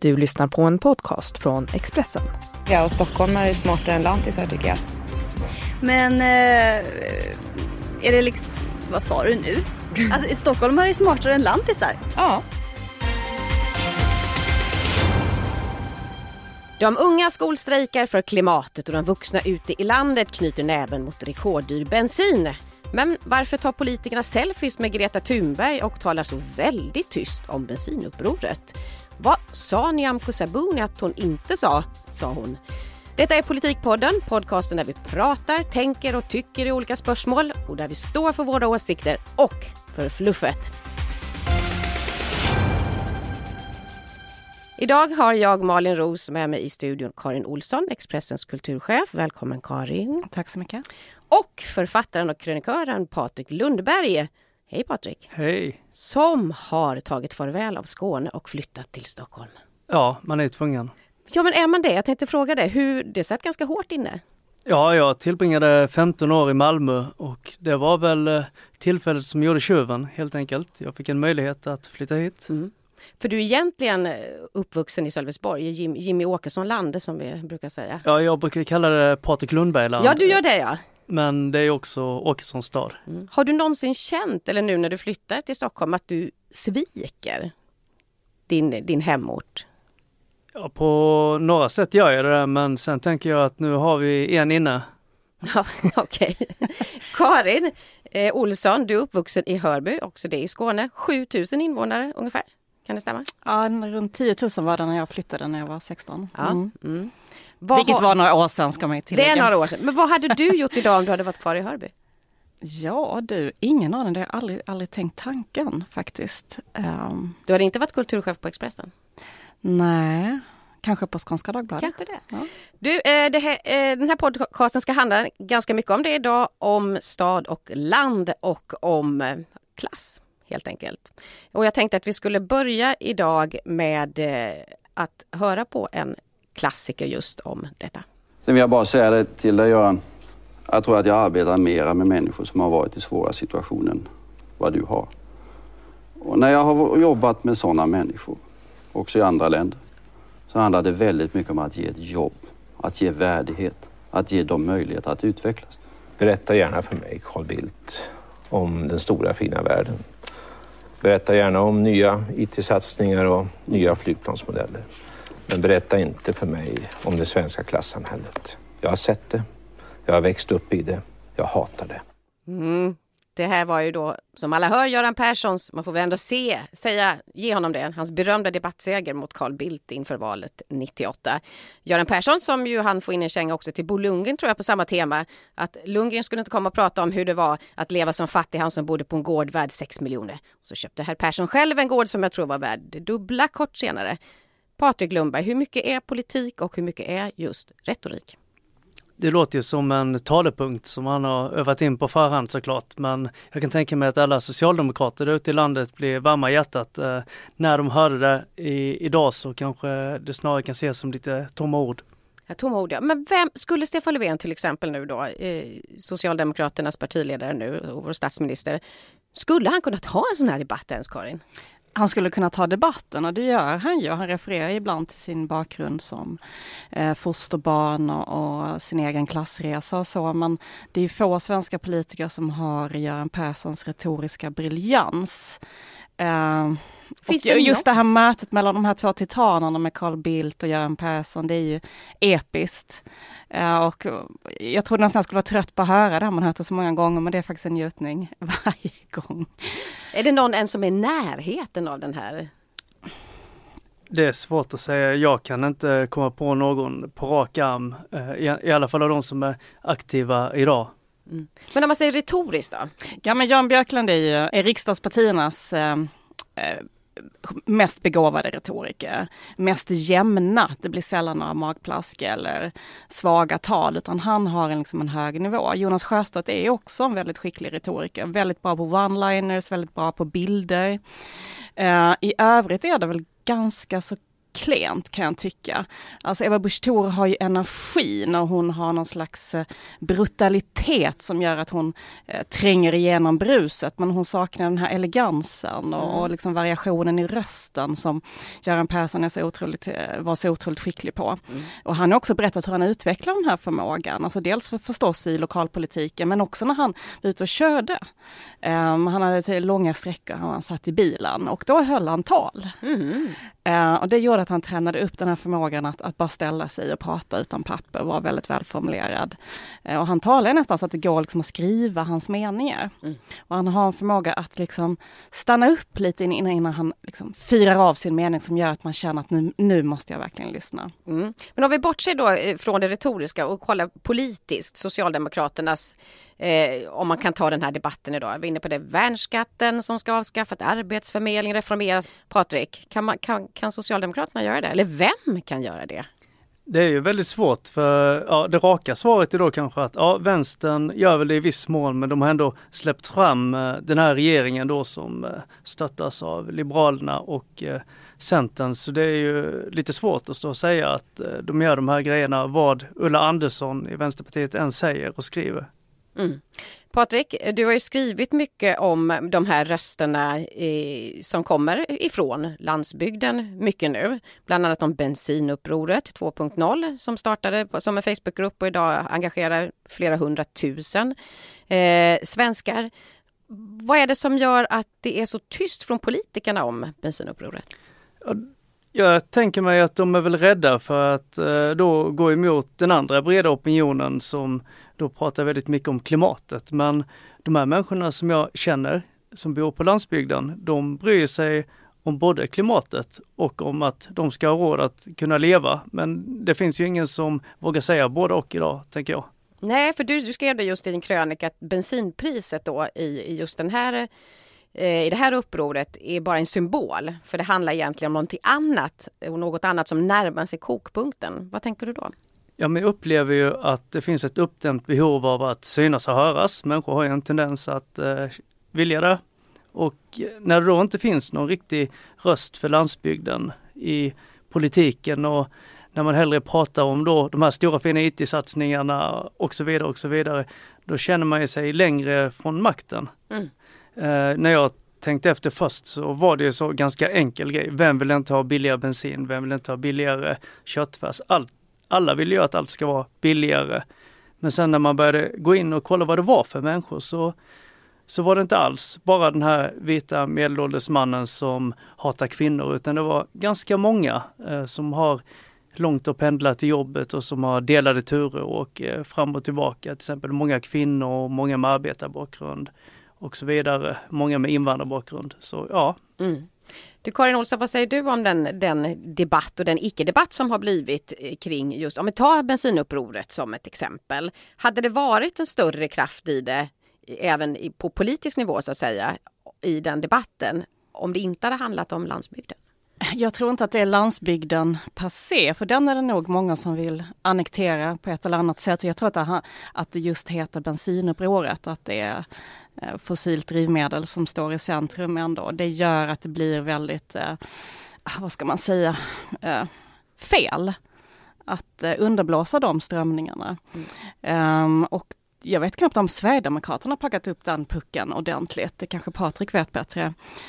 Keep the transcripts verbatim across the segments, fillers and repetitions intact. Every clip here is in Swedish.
Du lyssnar på en podcast från Expressen. Ja, och Stockholm är smartare än lantisar tycker jag. Men eh, är det liksom, vad sa du nu? Att Stockholm är smartare än lantisar? Ja. De unga skolstrejkar för klimatet och de vuxna ute i landet knyter näven mot rekorddyr bensin. Men varför tar politikerna selfies med Greta Thunberg och talar så väldigt tyst om bensinupproret? Vad sa Nyamko Sabuni att hon inte sa, sa hon. Detta är Politikpodden, podcasten där vi pratar, tänker och tycker i olika spörsmål och där vi står för våra åsikter och för fluffet. Idag har jag Malin Ros med mig i studion Karin Olsson, Expressens kulturchef. Välkommen Karin. Tack så mycket. Och författaren och krönikören Patrik Lundberg. Hej Patrik. Hej. Som har tagit farväl av Skåne och flyttat till Stockholm. Ja, man är tvungen. Ja, men är man det? Jag tänkte fråga dig. Hur, det satt ganska hårt inne. Ja, jag tillbringade femton år i Malmö och det var väl tillfället som gjorde tjuven helt enkelt. Jag fick en möjlighet att flytta hit. Mm. För du är egentligen uppvuxen i Sölvesborg, Jim, Jimmy Åkesson-lande som vi brukar säga. Ja, jag brukar kalla det Patrik Lundberg-land. Ja, du gör det ja. Men det är också Åkessons stad. Mm. Har du någonsin känt, eller nu när du flyttar till Stockholm, att du sviker din, din hemort? Ja, på några sätt gör jag det där, men sen tänker jag att nu har vi en inne. Ja, okej. Okay. Karin eh, Olsson, du är uppvuxen i Hörby, också det i Skåne. sjutusen invånare ungefär, kan det stämma? Ja, runt tio tusen var det när jag flyttade när jag var sexton. Ja. Mm. Mm. Vilket har... var några år sedan ska man ju tillägga. Det är några år sedan. Men vad hade du gjort idag om du hade varit kvar i Hörby? Ja du, ingen aning. Det har jag aldrig, aldrig tänkt tanken faktiskt. Um... Du hade inte varit kulturchef på Expressen? Nej, kanske på Skånska Dagbladet. Kanske det. Ja. Du, eh, det här, eh, den här podcasten ska handla ganska mycket om det idag. Om stad och land och om eh, klass helt enkelt. Och jag tänkte att vi skulle börja idag med eh, att höra på en klassiker just om detta. Sen vill jag bara säga det till dig Göran. Jag tror att jag arbetar mera med människor som har varit i svåra situationer än vad du har. Och när jag har jobbat med sådana människor, också i andra länder, så handlar det väldigt mycket om att ge ett jobb, att ge värdighet, att ge dem möjlighet att utvecklas. Berätta gärna för mig, Carl Bildt, om den stora fina världen. Berätta gärna om nya I T-satsningar och nya flygplansmodeller. Men berätta inte för mig om det svenska klassamhället. Jag har sett det, jag har växt upp i det, jag hatar det. Mm. Det här var ju då, som alla hör, Göran Perssons, man får väl ändå se, säga, ge honom det, hans berömda debattseger mot Carl Bildt inför valet nittioåtta. Göran Persson som ju han får in en känga också till Bo Lundgren tror jag på samma tema, att Lundgren skulle inte komma och prata om hur det var att leva som fattig, han som bodde på en gård värd sex miljoner. Så köpte herr Persson själv en gård som jag tror var värd dubbla kort senare. Patrik Lundberg, hur mycket är politik och hur mycket är just retorik? Det låter ju som en talepunkt som han har övat in på förhand såklart. Men jag kan tänka mig att alla socialdemokrater ute i landet blir varma i hjärtat. Eh, när de hörde det i, idag så kanske det snarare kan ses som lite tomma ord. Ja, tomma ord, ja. Men vem skulle Stefan Löfven till exempel nu då, eh, Socialdemokraternas partiledare nu och vår statsminister, skulle han kunna ta en sån här debatt ens, Karin? Han skulle kunna ta debatten och det gör han ju. Han refererar ibland till sin bakgrund som eh, fosterbarn och, och sin egen klassresa och så. Men det är få svenska politiker som har Göran Perssons retoriska briljans. Eh, och det just det här mötet mellan de här två titanerna med Carl Bildt och Göran Persson, det är ju episkt. Uh, och jag trodde nästan jag skulle vara trött på att höra det här, man hört det så många gånger, men det är faktiskt en njutning varje gång. Är det någon än som är närheten av den här? Det är svårt att säga. Jag kan inte komma på någon på rak arm, i, i alla fall av de som är aktiva idag. Mm. Men om man säger retoriskt då? Ja, men Jan Björklund är ju är riksdagspartiernas eh, mest begåvade retoriker, mest jämna. Det blir sällan några magplask eller svaga tal, utan han har en, liksom en hög nivå. Jonas Sjöstedt är också en väldigt skicklig retoriker, väldigt bra på one-liners, väldigt bra på bilder. Uh, I övrigt är det väl ganska så klent kan jag tycka. Alltså Ebba Busch Thor har ju energi när hon har någon slags brutalitet som gör att hon eh, tränger igenom bruset, men hon saknar den här elegansen och, mm. och liksom variationen i rösten som Göran Persson är så otroligt, var så otroligt skicklig på. Mm. Och han har också berättat hur han utvecklar den här förmågan. Alltså dels för, förstås i lokalpolitiken, men också när han var ute och körde. Um, han hade till långa sträckor, han satt i bilen och då höll han tal. Mm. Uh, och det gjorde att han tränade upp den här förmågan att, att bara ställa sig och prata utan papper, var väldigt välformulerad. Uh, och han talar nästan så att det går liksom att skriva hans meningar. Mm. Och han har en förmåga att liksom stanna upp lite innan, innan han liksom firar av sin mening som gör att man känner att nu, nu måste jag verkligen lyssna. Mm. Men om vi bortser då från det retoriska och kollar politiskt, Socialdemokraternas, eh, om man kan ta den här debatten idag. Vi är inne på det, värnskatten som ska avskaffas, arbetsförmedling reformeras. Patrik, kan, man, kan, kan Socialdemokraterna göra det? Eller vem kan göra det? Det är ju väldigt svårt, för ja, det raka svaret är då kanske att ja, vänstern gör väl det i viss mån, men de har ändå släppt fram eh, den här regeringen då som eh, stöttas av Liberalerna och eh, Centern, så det är ju lite svårt att stå och säga att eh, de gör de här grejerna vad Ulla Andersson i Vänsterpartiet än säger och skriver. Mm. Patrik, du har ju skrivit mycket om de här rösterna eh, som kommer ifrån landsbygden mycket nu. Bland annat om bensinupproret två punkt noll som startade på, som en Facebookgrupp och idag engagerar flera hundratusen eh, svenskar. Vad är det som gör att det är så tyst från politikerna om bensinupproret? Ja, jag tänker mig att de är väl rädda för att eh, då gå emot den andra breda opinionen som då pratar väldigt mycket om klimatet. Men de här människorna som jag känner som bor på landsbygden, de bryr sig om både klimatet och om att de ska ha råd att kunna leva. Men det finns ju ingen som vågar säga både och idag, tänker jag. Nej, för du, du skrev det just i din krönika att bensinpriset då i, i just den här i det här upproret är bara en symbol, för det handlar egentligen om någonting annat och något annat som närmar sig kokpunkten. Vad tänker du då? Ja, men jag upplever ju att det finns ett uppdämt behov av att synas och höras. Människor har ju en tendens att eh, vilja det. Och när det då inte finns någon riktig röst för landsbygden i politiken och när man hellre pratar om då de här stora fina I T-satsningarna och så vidare och så vidare, då känner man ju sig längre från makten. Mm. Eh, när jag tänkte efter först så var det ju så ganska enkel grej. Vem vill inte ha billigare bensin? Vem vill inte ha billigare köttfärs? Allt, alla vill ju att allt ska vara billigare. Men sen när man började gå in och kolla vad det var för människor så, så var det inte alls bara den här vita medelålders mannen som hatar kvinnor, utan det var ganska många eh, som har långt att pendla till jobbet och som har delade turer och eh, fram och tillbaka. Till exempel många kvinnor och många med arbetarbakgrund och så vidare. Många med invandrarbakgrund. Så ja. Mm. Du Karin Olsson, vad säger du om den, den debatt och den icke-debatt som har blivit kring just, om vi tar bensinupproret som ett exempel. Hade det varit en större kraft i det, även på politisk nivå så att säga, i den debatten, om det inte hade handlat om landsbygden? Jag tror inte att det är landsbygden per se, för den är det nog många som vill annektera på ett eller annat sätt. Jag tror att det, att det just heter bensinupproret, att det är fossilt drivmedel som står i centrum ändå. Det gör att det blir väldigt, eh, vad ska man säga, eh, fel att eh, underblåsa de strömningarna. Mm. Um, och jag vet knappt om Sverigedemokraterna har packat upp den pucken ordentligt. Det kanske Patrik vet bättre.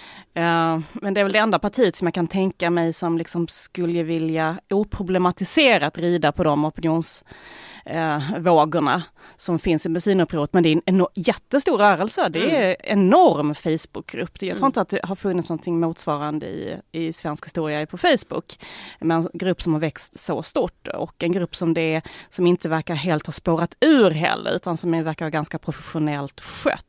Uh, men det är väl det enda partiet som jag kan tänka mig som liksom skulle vilja oproblematiserat rida på de opinions Eh, vågorna som finns i bensinupproret, men det är en jättestor rörelse. Det är en enorm Facebookgrupp. Jag tror mm. inte att det har funnits någonting motsvarande i, i svensk historia på Facebook. Men en grupp som har växt så stort och en grupp som det är, som inte verkar helt ha spårat ur heller, utan som verkar ganska professionellt skött.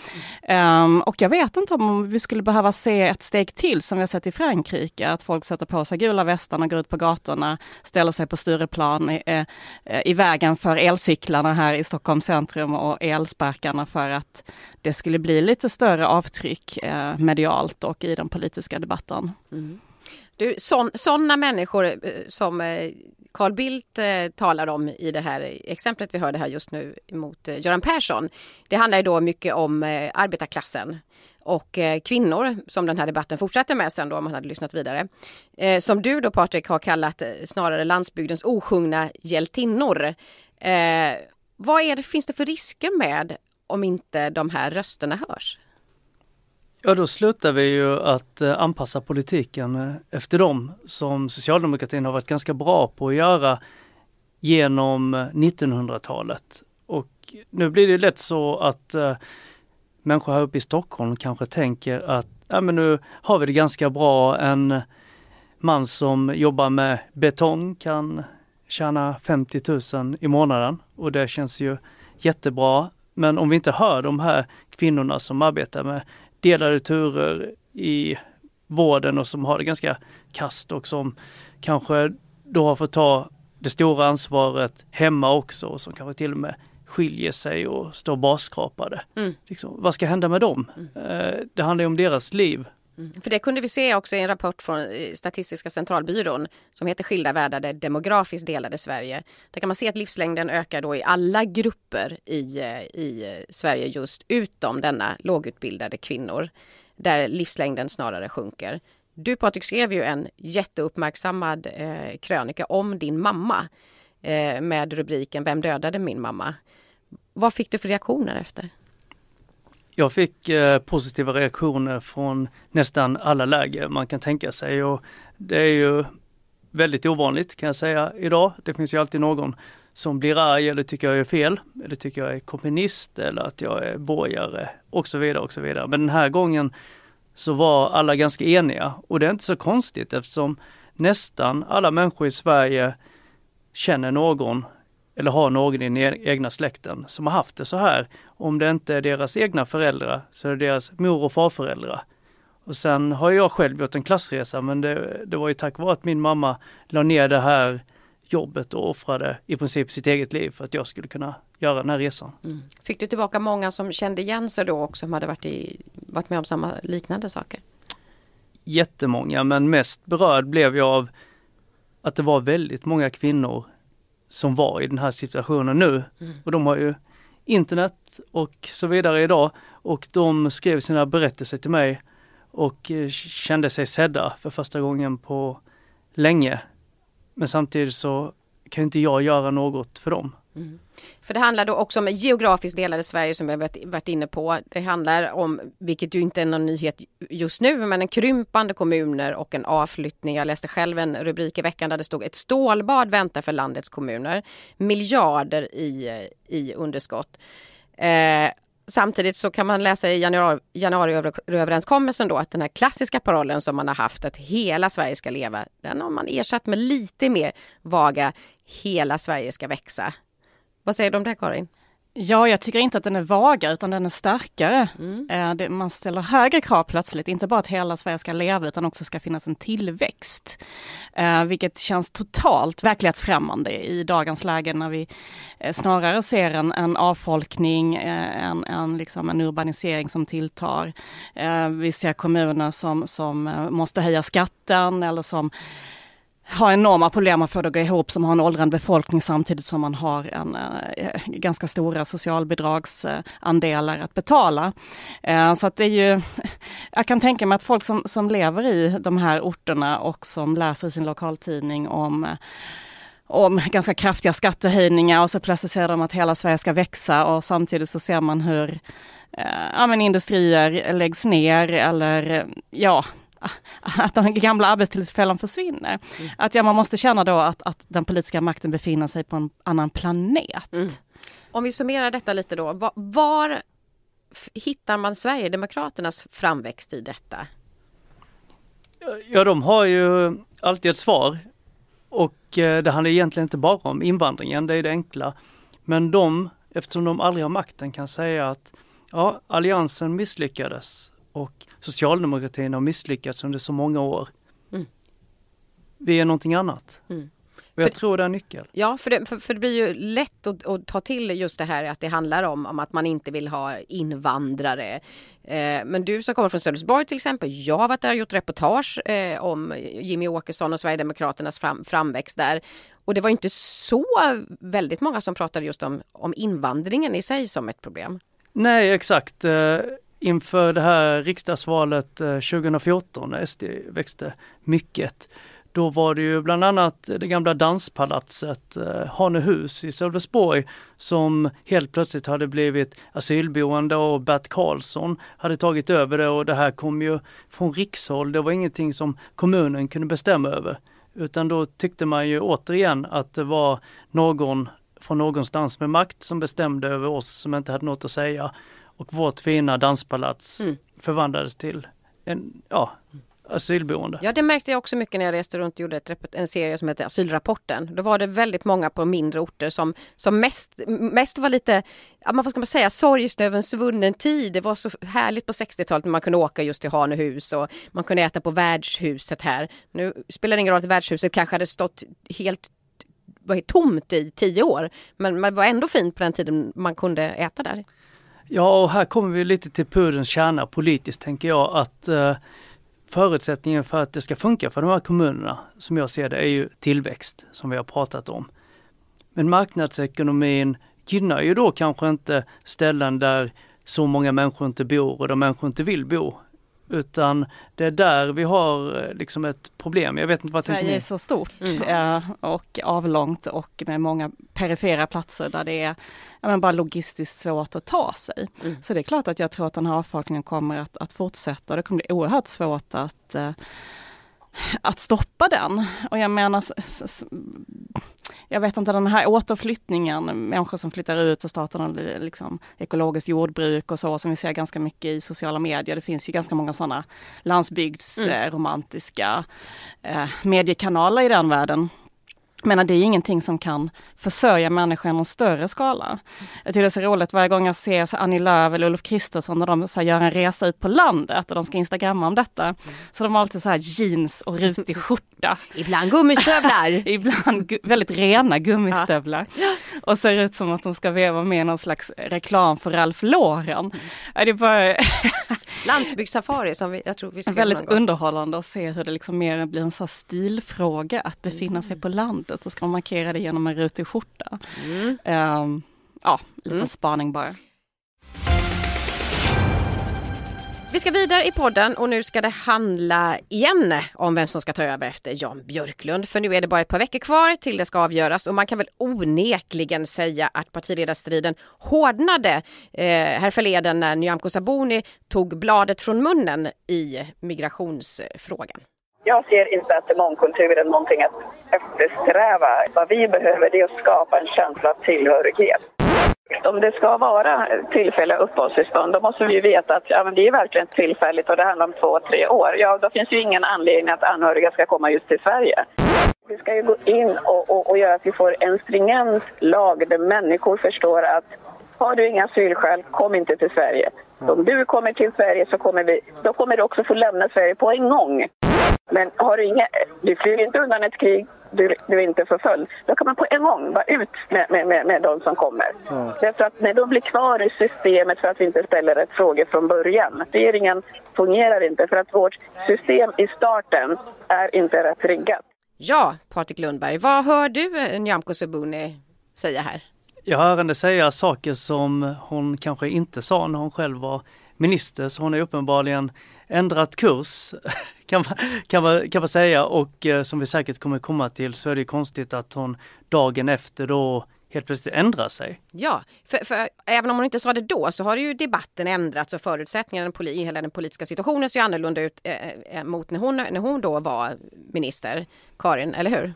Mm. Um, och jag vet inte om vi skulle behöva se ett steg till som vi har sett i Frankrike, att folk sätter på sig gula västarna, går ut på gatorna, ställer sig på Stureplan i, i, i vägen för elcyklarna här i Stockholms centrum och elsparkarna, för att det skulle bli lite större avtryck eh, medialt och i den politiska debatten. Mm. Du, sådana människor eh, som eh, Carl Bildt eh, talar om i det här exemplet vi hörde här just nu mot eh, Göran Persson. Det handlar ju då mycket om eh, arbetarklassen och eh, kvinnor, som den här debatten fortsätter med sen då om man hade lyssnat vidare. Eh, som du då, Patrik, har kallat eh, snarare landsbygdens osjungna hjältinnor. Eh, vad är det, finns det för risker med om inte de här rösterna hörs? Ja, då slutar vi ju att eh, anpassa politiken eh, efter dem som socialdemokratin har varit ganska bra på att göra genom nittonhundratalet. Och nu blir det lätt så att eh, människor här uppe i Stockholm kanske tänker att ja, men nu har vi det ganska bra. En man som jobbar med betong kan tjäna femtio tusen i månaden och det känns ju jättebra. Men om vi inte hör de här kvinnorna som arbetar med delade turer i vården och som har det ganska kast och som kanske då har fått ta det stora ansvaret hemma också och som kanske till och med skiljer sig och står basskrapade. Mm. Liksom, vad ska hända med dem? Mm. Eh, det handlar ju om deras liv. Mm. För det kunde vi se också i en rapport från Statistiska centralbyrån som heter Skilda världar, det demografiskt delade Sverige. Där kan man se att livslängden ökar då i alla grupper i, i Sverige just utom denna lågutbildade kvinnor där livslängden snarare sjunker. Du, Patrik, skrev ju en jätteuppmärksammad eh, krönika om din mamma eh, med rubriken Vem dödade min mamma? Vad fick du för reaktioner efter? Jag fick eh, positiva reaktioner från nästan alla läger man kan tänka sig och det är ju väldigt ovanligt kan jag säga idag. Det finns ju alltid någon som blir arg eller tycker jag är fel eller tycker jag är kommunist eller att jag är borgare och så vidare och så vidare. Men den här gången så var alla ganska eniga och det är inte så konstigt eftersom nästan alla människor i Sverige känner någon eller har någon i den egna släkten som har haft det så här. Om det inte är deras egna föräldrar så är det deras mor- och farföräldrar. Och sen har jag själv gjort en klassresa men det, det var ju tack vare att min mamma la ner det här jobbet och offrade i princip sitt eget liv för att jag skulle kunna göra den här resan. Mm. Fick du tillbaka många som kände igen sig då också som hade varit, i, varit med om samma liknande saker? Jättemånga, men mest berörd blev jag av att det var väldigt många kvinnor som var i den här situationen nu. Mm. Och de har ju internet och så vidare idag och de skrev sina berättelser till mig och kände sig sedda för första gången på länge. Men samtidigt så kan inte jag göra något för dem. Mm. För det handlar då också om geografiskt delade Sverige som jag varit inne på. Det handlar om, vilket ju inte är någon nyhet just nu, men en krympande kommuner och en avflyttning. Jag läste själv en rubrik i veckan där det stod ett stålbad väntar för landets kommuner. Miljarder i, i underskott. Eh, Samtidigt så kan man läsa i januari, januariöverenskommelsen då att den här klassiska parollen som man har haft att hela Sverige ska leva, den har man ersatt med lite mer vaga hela Sverige ska växa. Vad säger du om det, Karin? Ja, jag tycker inte att den är vaga utan den är starkare. Mm. Eh, det, man ställer högre krav plötsligt, inte bara att hela Sverige ska leva utan också ska finnas en tillväxt. Eh, vilket känns totalt verklighetsfrämmande i dagens läge när vi eh, snarare ser en, en avfolkning, eh, en, en, liksom en urbanisering som tilltar. Eh, vi ser kommuner som, som eh, måste höja skatten eller som har enorma problem att få det att gå ihop, som har en åldrande befolkning samtidigt som man har en eh, ganska stora socialbidragsandelar att betala. Eh, så att det är ju, jag kan tänka mig att folk som, som lever i de här orterna och som läser i sin lokaltidning om om ganska kraftiga skattehöjningar och så plötsligt ser de att hela Sverige ska växa och samtidigt så ser man hur eh, ja, men industrier läggs ner eller ja, att de gamla arbetstillfällen försvinner. Mm. Att ja, man måste känna då att, att den politiska makten befinner sig på en annan planet. Mm. Om vi summerar detta lite då. Var, var hittar man Sverigedemokraternas framväxt i detta? Ja, de har ju alltid ett svar. Och eh, det handlar egentligen inte bara om invandringen, det är det enkla. Men de, eftersom de aldrig har makten, kan säga att ja, alliansen misslyckades. Och socialdemokratin har misslyckats under så många år. Mm. Vi är någonting annat. Mm. Och jag för, tror det är nyckel. Ja, för det, för, för det blir ju lätt att, att ta till just det här att det handlar om, om att man inte vill ha invandrare. Eh, men du som kommer från Sölvesborg till exempel, jag har varit där och gjort reportage eh, om Jimmy Åkesson och Sverigedemokraternas fram, framväxt där. Och det var inte så väldigt många som pratade just om, om invandringen i sig som ett problem. Nej, exakt. inför det här riksdagsvalet tjugohundrafjorton när S D växte mycket, då var det ju bland annat det gamla danspalatset eh, Hanehus i Sölvesborg som helt plötsligt hade blivit asylboende och Bert Karlsson hade tagit över det, och det här kom ju från rikshåll. Det var ingenting som kommunen kunde bestämma över, utan då tyckte man ju återigen att det var någon från någonstans med makt som bestämde över oss som inte hade något att säga, och vårt fina danspalats mm. förvandlades till en, ja, asylboende. Ja, det märkte jag också mycket när jag reste runt och gjorde ett, en serie som heter Asylrapporten. Då var det väldigt många på mindre orter som, som mest, mest var lite, ja, vad ska man säga, sorgsnöven svunnen tid. Det var så härligt på sextiotalet när man kunde åka just till Hanehus och man kunde äta på värdshuset här. Nu spelar det ingen roll att värdshuset kanske hade stått helt var tomt i tio år, men det var ändå fint på den tiden man kunde äta där. Ja, och här kommer vi lite till pudelns kärna politiskt, tänker jag, att eh, förutsättningen för att det ska funka för de här kommunerna, som jag ser det, är ju tillväxt, som vi har pratat om. Men marknadsekonomin gynnar ju då kanske inte ställen där så många människor inte bor och de människor inte vill bo. Utan det är där vi har liksom ett problem. Jag vet inte vad Sverige är så stort mm. och avlångt och med många perifera platser där det är ja, men bara logistiskt svårt att ta sig. Mm. Så det är klart att jag tror att den här avfolkningen kommer att, att fortsätta. Det kommer bli oerhört svårt att, att stoppa den. Och jag menar, jag vet inte, den här återflyttningen, människor som flyttar ut och startar liksom ekologiskt jordbruk och så, som vi ser ganska mycket i sociala medier. Det finns ju ganska många sådana landsbygdsromantiska mm. eh, mediekanaler i den världen. Men det är ingenting som kan försörja människor i någon större skala. Jag tycker det är så roligt varje gång jag ser så Annie Lööf eller Ulf Kristersson när de så här, gör en resa ut på landet och de ska instagramma om detta. Mm. Så de har alltid så här jeans och rutig skjorta. Ibland gummistövlar. Ibland gu- väldigt rena gummistövlar. Ja. Och ser ut som att de ska vara med i någon slags reklam för Ralph Lauren. Mm. Det är bara... Landsbygdssafari som vi, jag tror vi ska väldigt underhållande att se hur det liksom mer blir en sån stilfråga att befinna mm. sig på landet, så ska man markera det genom en rutig skjorta. Mm. Um, ja, lite mm. spaning bara. Vi ska vidare i podden och nu ska det handla igen om vem som ska ta över efter Jan Björklund. För nu är det bara ett par veckor kvar till det ska avgöras, och man kan väl onekligen säga att partiledarstriden hårdnade eh, här förleden när Nyamko Sabuni tog bladet från munnen i migrationsfrågan. Jag ser inte att mångkultur är någonting att eftersträva. Vad vi behöver det är att skapa en känsla av tillhörighet. Om det ska vara tillfälliga uppehållstillstånd, då måste vi ju veta att ja, men det är verkligen tillfälligt och det handlar om två, tre år. Ja, då finns ju ingen anledning att anhöriga ska komma just till Sverige. Vi ska ju gå in och, och, och göra att vi får en stringent lag där människor förstår att har du inga asylskäl, kom inte till Sverige. Om du kommer till Sverige så kommer vi, då kommer du också få lämna Sverige på en gång. Men har du inga, du flyr inte undan ett krig, du, du är inte förföljd, då kan man på en gång vara ut med, med, med, med de som kommer. Mm. Därför att när de blir kvar i systemet för att vi inte ställer rätt frågor från början. Regeringen fungerar inte för att vårt system i starten är inte rätt riggat. Ja, Patrik Lundberg, vad hör du Nyamko Sabuni säga här? Jag hör henne säga saker som hon kanske inte sa när hon själv var minister, så hon har uppenbarligen ändrat kurs kan man, kan man, kan man säga, och eh, som vi säkert kommer komma till så är det konstigt att hon dagen efter då helt plötsligt ändrar sig. Ja, för, för även om hon inte sa det då så har ju debatten ändrats och förutsättningarna i hela den politiska situationen ser annorlunda ut eh, mot när hon, när hon då var minister, Karin, eller hur?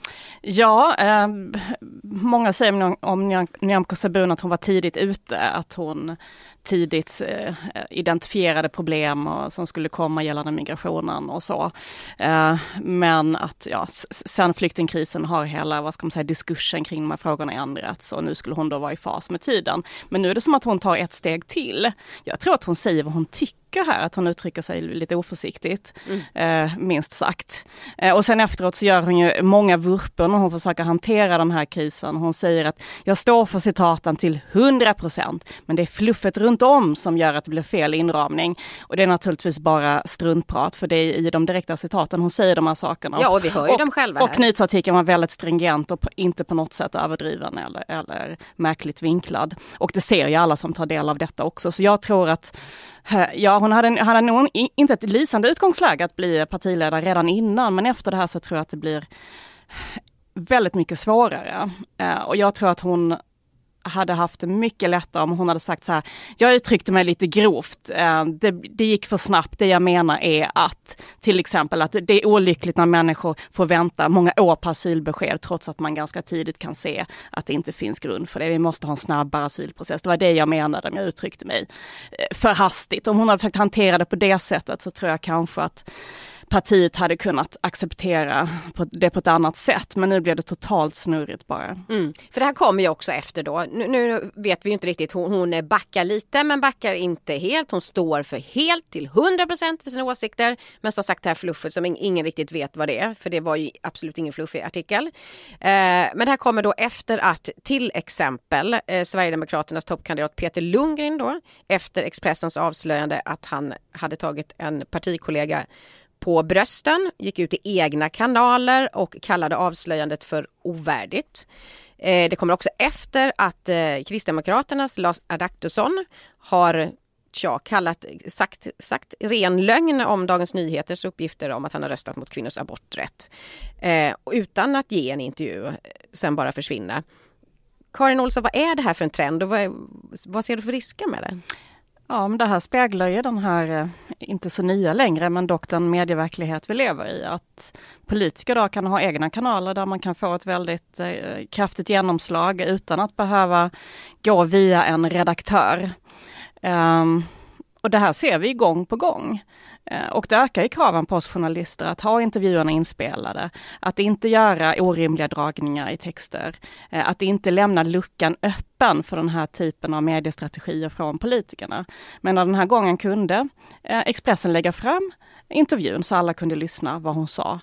Ja, eh, många säger om Nyamko Sabuni att hon var tidigt ute, att hon tidigt eh, identifierade problem och, som skulle komma gällande migrationen och så. Eh, men att ja, sen flyktingkrisen har hela, vad ska man säga, diskursen kring de här frågorna ändrats och nu skulle hon då vara i fas med tiden. Men nu är det som att hon tar ett steg till. Jag tror att hon säger vad hon tycker. tycker här att hon uttrycker sig lite oförsiktigt, mm. eh, minst sagt. Eh, och sen efteråt så gör hon ju många vurpor när hon försöker hantera den här krisen. Hon säger att jag står för citaten till hundra procent, men det är fluffet runt om som gör att det blir fel inramning. Och det är naturligtvis bara struntprat, för det är i de direkta citaten hon säger de här sakerna. Ja, och vi hör ju och, dem själva här. Och nyhetsartikeln var väldigt stringent och på, inte på något sätt överdriven eller, eller märkligt vinklad. Och det ser ju alla som tar del av detta också. Så jag tror att ja, hon hade, hade nog inte ett lysande utgångsläge att bli partiledare redan innan, men efter det här så tror jag att det blir väldigt mycket svårare. Och jag tror att hon hade haft det mycket lättare om hon hade sagt så här: jag uttryckte mig lite grovt, det, det gick för snabbt, det jag menar är att till exempel att det är olyckligt när människor får vänta många år på asylbesked trots att man ganska tidigt kan se att det inte finns grund för det, vi måste ha en snabbare asylprocess. Det var det jag menade om jag uttryckte mig för hastigt. Om hon hade försökt hantera det på det sättet så tror jag kanske att partiet hade kunnat acceptera det på ett annat sätt, men nu blev det totalt snurrigt bara. Mm. För det här kommer ju också efter då. Nu, nu vet vi ju inte riktigt, hon, hon backar lite men backar inte helt. Hon står för helt till hundra procent för sina åsikter, men som sagt det här fluffet som ingen riktigt vet vad det är, för det var ju absolut ingen fluffig artikel. Eh, men det här kommer då efter att till exempel eh, Sverigedemokraternas toppkandidat Peter Lundgren då, efter Expressens avslöjande att han hade tagit en partikollega på brösten, gick ut i egna kanaler och kallade avslöjandet för ovärdigt. Eh, det kommer också efter att eh, Kristdemokraternas Lars Adaktusson har tja, kallat, sagt, sagt ren lögn om Dagens Nyheters uppgifter om att han har röstat mot kvinnors aborträtt. Eh, utan att ge en intervju, sen bara försvinna. Karin Olsson, vad är det här för en trend och vad, vad ser du för risker med det? Ja, men det här speglar ju den här, inte så nya längre, men dock den medieverklighet vi lever i. Att politiker då kan ha egna kanaler där man kan få ett väldigt eh, kraftigt genomslag utan att behöva gå via en redaktör. Um, och det här ser vi gång på gång. Och det ökar ju kraven på oss journalister att ha intervjuerna inspelade, att inte göra orimliga dragningar i texter, att inte lämna luckan öppen för den här typen av mediestrategier från politikerna. Men den här gången kunde Expressen lägga fram intervjun så alla kunde lyssna vad hon sa.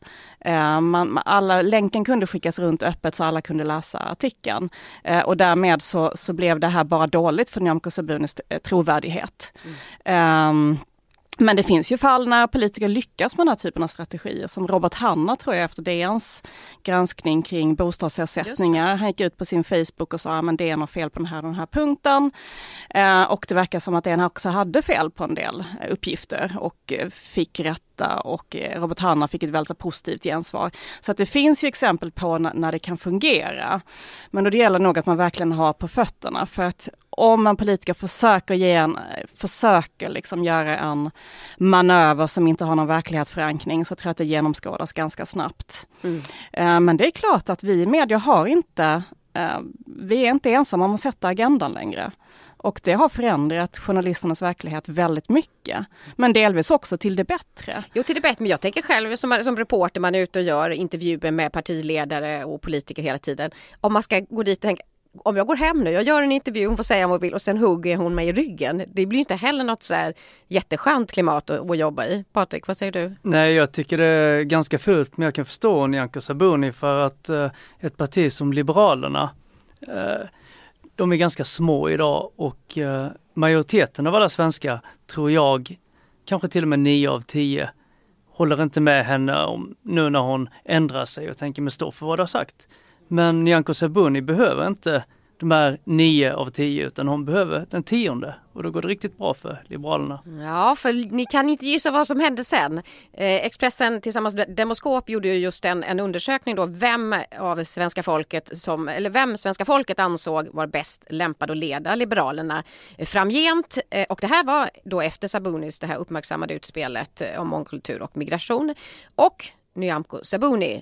Man, alla, länken kunde skickas runt öppet så alla kunde läsa artikeln. Och därmed så, så blev det här bara dåligt för Nyamko Sabunis trovärdighet. Mm. Um, Men det finns ju fall när politiker lyckas med den här typen av strategier, som Robert Hanna tror jag efter D N:s granskning kring bostadsersättningar. Han gick ut på sin Facebook och sa att ah, D N har fel på den här, den här punkten. Eh, och det verkar som att D N också hade fel på en del uppgifter och eh, fick rätta, och eh, Robert Hanna fick ett väldigt positivt gensvar. Så att det finns ju exempel på när, när det kan fungera. Men då det gäller nog att man verkligen har på fötterna, för att om en politiker försöker, ge en, försöker liksom göra en manöver som inte har någon verklighetsförankring, så tror jag att det genomskådas ganska snabbt. Mm. Uh, men det är klart att vi i media har inte, uh, vi är inte ensamma om att sätta agendan längre. Och det har förändrat journalisternas verklighet väldigt mycket. Men delvis också till det bättre. Jo, till det bättre. Men jag tänker själv som, som reporter, man är ute och gör intervjuer med partiledare och politiker hela tiden. Om man ska gå dit och tänka, om jag går hem nu, jag gör en intervju, hon får säga vad hon vill och sen hugger hon mig i ryggen. Det blir ju inte heller något så här jätteskönt klimat att, att jobba i. Patrik, vad säger du? Nej, jag tycker det är ganska fult, men jag kan förstå Nyamko Sabuni för att eh, ett parti som Liberalerna, eh, de är ganska små idag och eh, majoriteten av alla svenskar, tror jag, kanske till och med nio av tio, håller inte med henne om, nu när hon ändrar sig och tänker mig stå för vad det har sagt. Men Nyamko Sabuni behöver inte de här nio av tio, utan hon behöver den tionde. Och då går det riktigt bra för Liberalerna. Ja, för ni kan inte gissa vad som hände sen. Eh, Expressen tillsammans med Demoskop gjorde ju just en, en undersökning då. Vem av svenska folket som, eller vem svenska folket ansåg var bäst lämpad att leda Liberalerna eh, framgent. Eh, och det här var då efter Sabunis, det här uppmärksammade utspelet eh, om mångkultur och migration. Och Nyamko Sabuni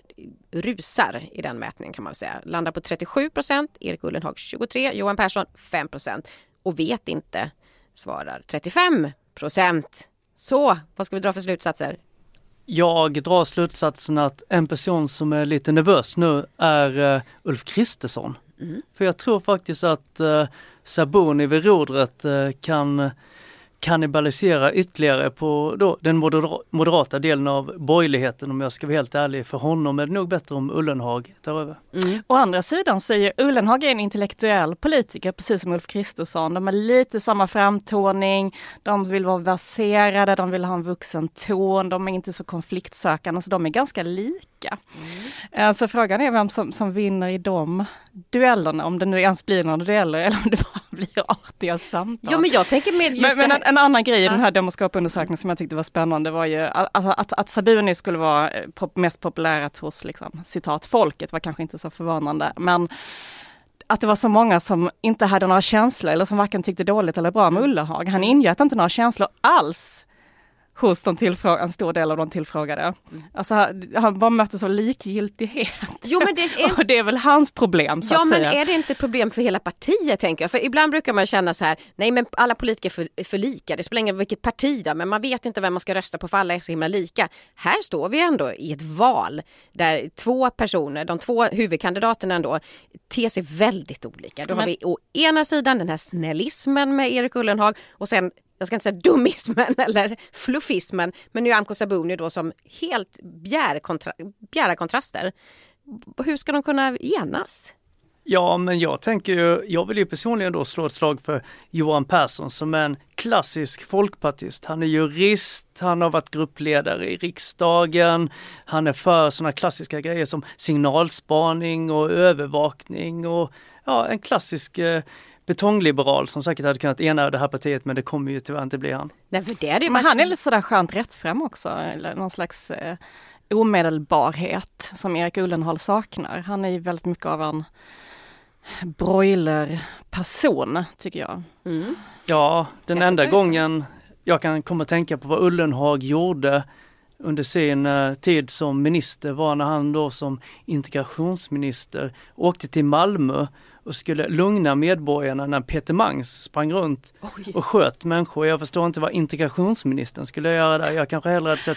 rusar i den mätningen kan man säga. Landar på trettiosju procent, Erik Ullenhag tjugotre, Johan Persson fem procent och vet inte svarar trettiofem procent. Så, vad ska vi dra för slutsatser? Jag drar slutsatsen att en person som är lite nervös nu är uh, Ulf Kristersson. Mm. För jag tror faktiskt att uh, Sabuni vid rodret uh, kan, kannibalisera ytterligare på då den modera- moderata delen av borgerligheten, om jag ska vara helt ärlig. För honom är det nog bättre om Ullenhag tar över. Mm. Å andra sidan säger Ullenhag är en intellektuell politiker, precis som Ulf Kristersson. De har lite samma framtoning, de vill vara verserade, de vill ha en vuxen ton, de är inte så konfliktsökande, så de är ganska lika. Mm. Så frågan är vem som, som vinner i de duellerna, om det nu ens blir några dueller eller om det bara blir artiga samtal. Ja, men jag tänker med just men, men en, en annan grej i ja. den här demoskopundersökningen som jag tyckte var spännande var ju att, att, att Sabuni skulle vara pop, mest populärt hos liksom, citat folket var kanske inte så förvånande, men att det var så många som inte hade några känslor eller som varken tyckte dåligt eller bra med Ullenhag. Han ingöt inte några känslor alls hos de tillfrågade, en stor del av de tillfrågade. Mm. Alltså han bara möttes av likgiltighet. Jo, men det är... Och det är väl hans problem, så ja, att säga. säga. Ja, men är det inte ett problem för hela partiet, tänker jag? För ibland brukar man känna så här, nej men alla politiker är för, är för lika. Det spelar ingen roll vilket parti då, men man vet inte vem man ska rösta på, för alla är så himla lika. Här står vi ändå i ett val där två personer, de två huvudkandidaterna ändå, ter sig väldigt olika. Då men... har vi å ena sidan den här snällismen med Erik Ullenhag och sen, jag ska inte säga dummismen eller fluffismen, men nu är Amko Sabuni då som helt bjära, kontra- bjära kontraster. Hur ska de kunna enas? Ja, men jag tänker ju, jag vill ju personligen då slå ett slag för Johan Persson som är en klassisk folkpartist. Han är jurist, han har varit gruppledare i riksdagen, han är för sådana klassiska grejer som signalspaning och övervakning och ja, en klassisk eh, betongliberal som säkert hade kunnat ena det här partiet, men det kommer ju tyvärr inte bli han. Nej, för det är det men han är lite sådär skönt rättfram också, eller någon slags eh, omedelbarhet som Erik Ullenhag saknar. Han är ju väldigt mycket av en broilerperson, tycker jag. Mm. Ja, den ja, enda gången jag kan komma att tänka på vad Ullenhag gjorde under sin uh, tid som minister var när han då som integrationsminister åkte till Malmö och skulle lugna medborgarna när Peter Mangs sprang runt Oj. och sköt människor. Jag förstår inte vad integrationsministern skulle göra där. Jag kanske hellre hade sett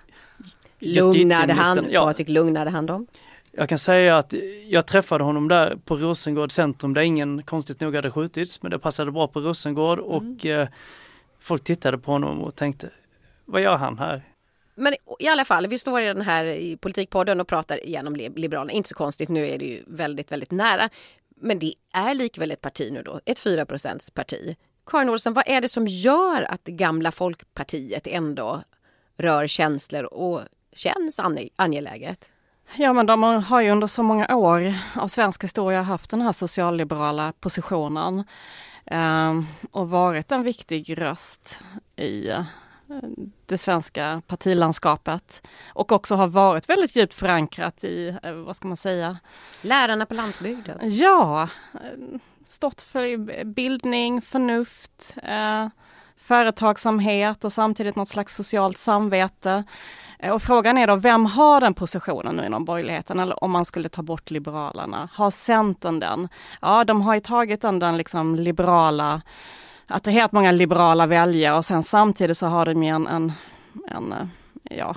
lugnade han, ja. Patrik, lugnade han dem? Jag kan säga att jag träffade honom där på Rosengård centrum där ingen konstigt nog hade skjutits, men det passade bra på Rosengård mm. och eh, folk tittade på honom och tänkte, vad gör han här? Men i alla fall, vi står i den här i politikpodden och pratar igenom Liberalerna. Inte så konstigt, nu är det ju väldigt, väldigt nära. Men det är likväl ett parti nu då, ett fyra procents parti. Karin Olsson, vad är det som gör att det gamla Folkpartiet ändå rör känslor och känns angeläget? Ja, men de har ju under så många år av svensk historia haft den här socialliberala positionen eh, och varit en viktig röst i eh, det svenska partilandskapet och också har varit väldigt djupt förankrat i, eh, vad ska man säga? Lärarna på landsbygden. Ja, stått för bildning, förnuft, eh, företagsamhet och samtidigt något slags socialt samvete. Och frågan är då, vem har den positionen nu inom borgerligheten, eller om man skulle ta bort Liberalerna? Har Centern den? Ja, de har ju tagit den, den liksom liberala, attraherat många liberala väljare och sen samtidigt så har de ju en, en, en ja,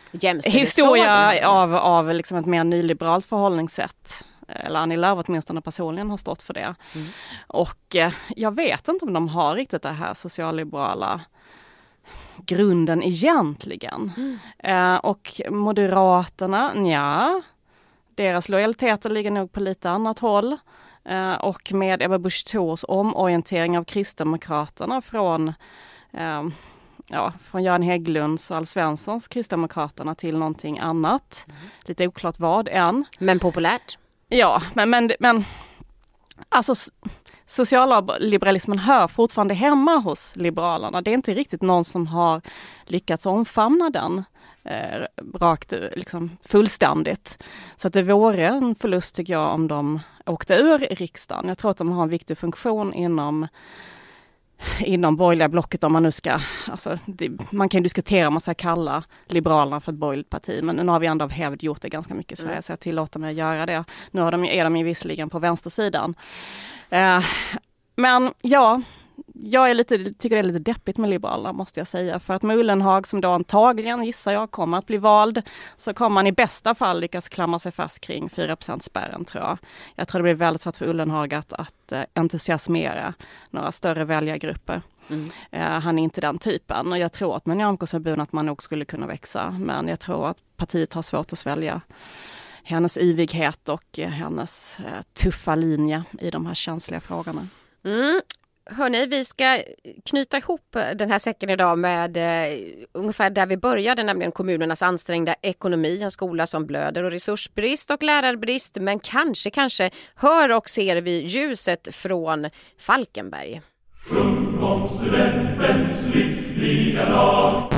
historia av, av liksom ett mer nyliberalt förhållningssätt. Eller Annie Lööf åtminstone personligen har stått för det. Mm. Och eh, jag vet inte om de har riktigt det här socialliberala grunden egentligen. Mm. Eh, och Moderaterna, ja, deras lojaliteter ligger nog på lite annat håll. Eh, och med Ebba Busch Thors omorientering av Kristdemokraterna från eh, ja, från Göran Hägglunds och Alf Svenssons Kristdemokraterna till någonting annat. Mm. Lite oklart vad än. Men populärt. Ja, men, men, men alltså socialliberalismen hör fortfarande hemma hos Liberalerna. Det är inte riktigt någon som har lyckats omfamna den eh, rakt liksom fullständigt. Så att det vore en förlust tycker jag om de åkte ur riksdagen. Jag tror att de har en viktig funktion inom inom borgerliga blocket om man nu ska, alltså det, man kan ju diskutera om man ska kalla Liberalerna för ett borgerligt parti, men nu har vi ändå av hävd gjort det ganska mycket i Sverige mm. så jag tillåter mig att göra det. Nu har de, är de ju visserligen på vänstersidan. Eh, men ja, jag är lite, tycker det är lite deppigt med Liberalerna måste jag säga, för att med Ullenhag som då antagligen gissar jag kommer att bli vald, så kommer man i bästa fall lyckas klamra sig fast kring fyra procent spärren tror jag. Jag tror det blir väldigt svårt för Ullenhag att, att entusiasmera några större väljargrupper. Mm. Uh, han är inte den typen och jag tror att med Nyamko Sabuni att man nog skulle kunna växa. Men jag tror att partiet har svårt att svälja hennes yvighet och uh, hennes uh, tuffa linje i de här känsliga frågorna. Mm. Hörrni, vi ska knyta ihop den här säcken idag med eh, ungefär där vi började, nämligen kommunernas ansträngda ekonomi, en skola som blöder och resursbrist och lärarbrist. Men kanske, kanske hör och ser vi ljuset från Falkenberg. Sjung om studentens lyckliga dag.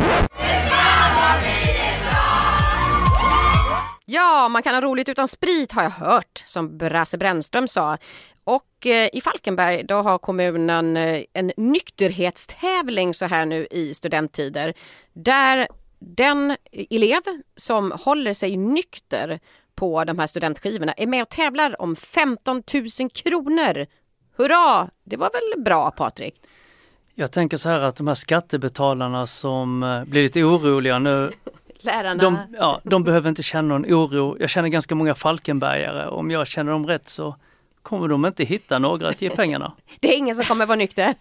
Ja, man kan ha roligt utan sprit har jag hört, som Brasse Brännström sa. Och eh, i Falkenberg då har kommunen eh, en nykterhetstävling så här nu i studenttider. Där den elev som håller sig nykter på de här studentskivorna är med och tävlar om femton tusen kronor. Hurra! Det var väl bra, Patrik? Jag tänker så här att de här skattebetalarna som eh, blir lite oroliga nu. Lärarna. De, ja, de behöver inte känna någon oro. Jag känner ganska många Falkenbergare. Om jag känner dem rätt så kommer de inte hitta några att ge pengarna. Det är ingen som kommer vara nykter.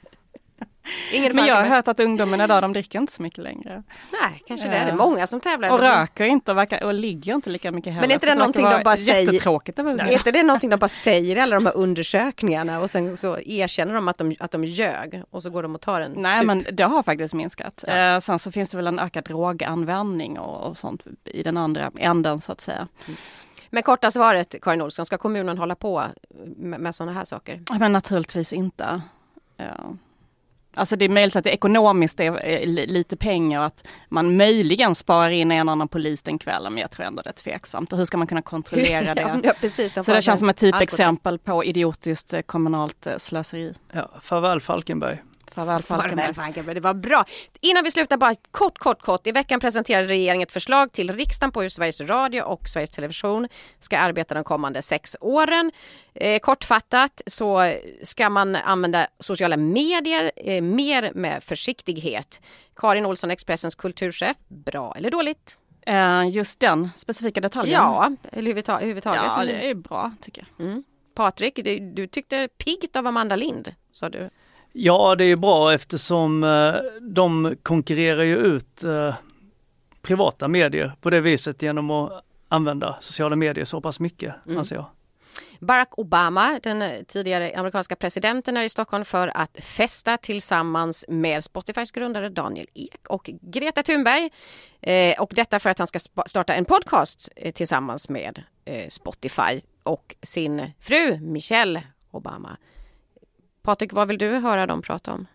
Ingen Men jag har hört att ungdomarna idag, de dricker inte så mycket längre. Nej, kanske det är det. Många som tävlar. Och röker inte och, verkar, och ligger inte lika mycket heller. Men är inte det, det någonting de bara säger? Jättetråkigt. Är inte det någonting de bara säger i alla de här undersökningarna och sen så erkänner de att de, att de ljög och så går de och tar en Nej, sup. Men det har faktiskt minskat. Ja. Eh, sen så finns det väl en ökad droganvändning och, och sånt i den andra änden så att säga. Mm. Men korta svaret, Karin Olsson, ska kommunen hålla på med, med sådana här saker? Men naturligtvis inte. Ja. Alltså det är möjligt att det ekonomiskt är lite pengar och att man möjligen sparar in en annan polis den kvällen, men jag tror ändå det är tveksamt. Och hur ska man kunna kontrollera det? Ja, precis, så det känns som ett typexempel på idiotiskt kommunalt slöseri. Ja, farväl Falkenberg. Farväl Falkenberg. Farväl Falkenberg, det var bra. Innan vi slutar bara kort, kort, kort. I veckan presenterade regeringen ett förslag till riksdagen på hur Sveriges Radio och Sveriges Television ska arbeta de kommande sex åren. Eh, kortfattat så ska man använda sociala medier eh, mer med försiktighet. Karin Olsson, Expressens kulturchef, bra eller dåligt? Eh, just den specifika detaljen? Ja, eller överhuvudtaget. Ja, det är bra tycker jag. Mm. Patrik, du, du tyckte piggt av Amanda Lind, sa du. Ja, det är bra eftersom eh, de konkurrerar ju ut eh, privata medier på det viset genom att använda sociala medier så pass mycket, mm. anser jag. Barack Obama, den tidigare amerikanska presidenten, är i Stockholm för att festa tillsammans med Spotifys grundare Daniel Ek och Greta Thunberg. Eh, och detta för att han ska starta en podcast eh, tillsammans med eh, Spotify och sin fru Michelle Obama. Patrik, vad vill du höra dem prata om?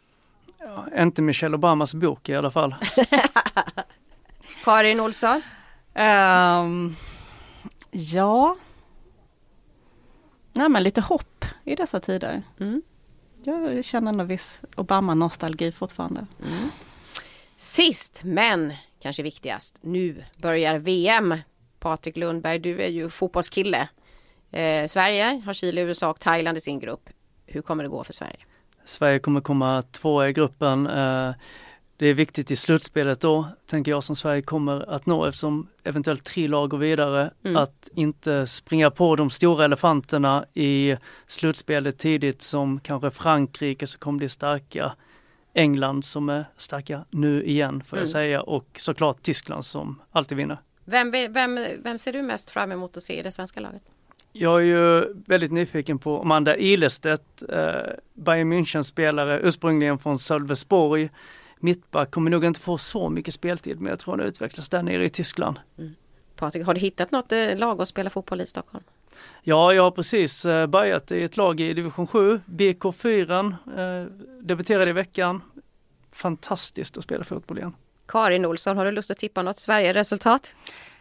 Ja, inte Michelle Obamas bok i alla fall. Karin Olsson? Um, ja. Nej, men lite hopp i dessa tider. Mm. Jag känner en viss Obama-nostalgi fortfarande. Mm. Sist, men kanske viktigast, nu börjar V M. Patrik Lundberg, du är ju fotbollskille. Eh, Sverige har Chile, U S A och Thailand i sin grupp. Hur kommer det gå för Sverige? Sverige kommer komma två i gruppen. Det är viktigt i slutspelet då, tänker jag, som Sverige kommer att nå eftersom eventuellt tre lag går vidare. Mm. Att inte springa på de stora elefanterna i slutspelet tidigt som kanske Frankrike som kommer bli starka. England som är starka nu igen får jag mm. säga. Och såklart Tyskland som alltid vinner. Vem, vem, vem ser du mest fram emot att se i det svenska laget? Jag är ju väldigt nyfiken på Amanda Ilestedt, eh, Bayern München-spelare, ursprungligen från Sölvesborg. Mittback kommer nog inte få så mycket speltid, men jag tror det utvecklas där nere i Tyskland. Mm. Patrik, har du hittat något eh, lag att spela fotboll i Stockholm? Ja, jag har precis eh, börjat i ett lag i division sju, B K fyra, eh, debuterade i veckan. Fantastiskt att spela fotboll igen. Karin Olsson, har du lust att tippa något Sverige-resultat?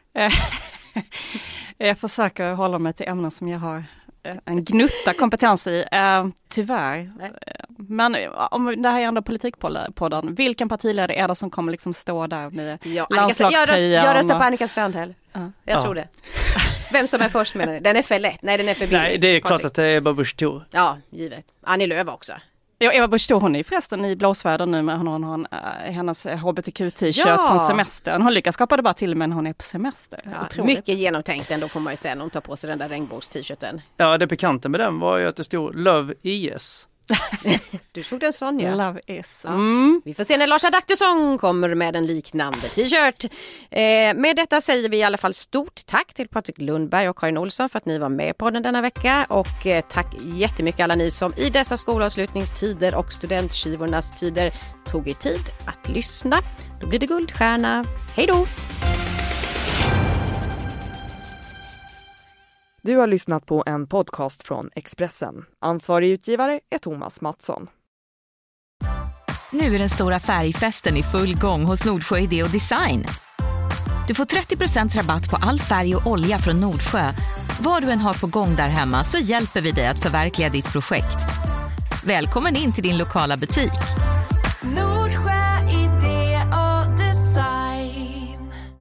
Jag försöker hålla mig till ämnen som jag har en gnutta kompetens i. Uh, tyvärr. Nej. Men om det här är ändå politikpodden, vilken partiledare är det som kommer liksom stå där med ja, landslagströjan? Jag, jag röstar på Annika Strandhäll. Uh. Jag ja. tror det. Vem som är först menar du? Den är för lätt. Nej, den är för billig. Nej, det är klart Patrik. Att det är Ebba Busch Thor. Ja, givet. Annie Lööf också. Ja, Eva Busch Thor, hon är förresten i blåsväder nu med hon har, hon, uh, hennes H B T Q-t-shirt ja. från semestern. Hon lyckas skapa det bara till men hon är på semester. Ja, mycket genomtänkt ändå får man ju säga när hon tar på sig den där regnbågs-t-shirten. Ja, det bekanta med den var ju att det stod Love I S. Du tog den sån, ja. Love is. Mm. Vi får se när Lars Adaktusson kommer med en liknande t-shirt. Eh, med detta säger vi i alla fall stort tack till Patrik Lundberg och Karin Olsson för att ni var med på den denna vecka. Och eh, tack jättemycket alla ni som i dessa skolavslutningstider och studentskivornas tider tog er tid att lyssna. Då blir det guldstjärna. Hej då! Du har lyssnat på en podcast från Expressen. Ansvarig utgivare är Thomas Mattsson. Nu är den stora färgfesten i full gång hos Nordsjö Idé och Design. Du får trettio procent rabatt på all färg och olja från Nordsjö. Vad du än har på gång där hemma så hjälper vi dig att förverkliga ditt projekt. Välkommen in till din lokala butik.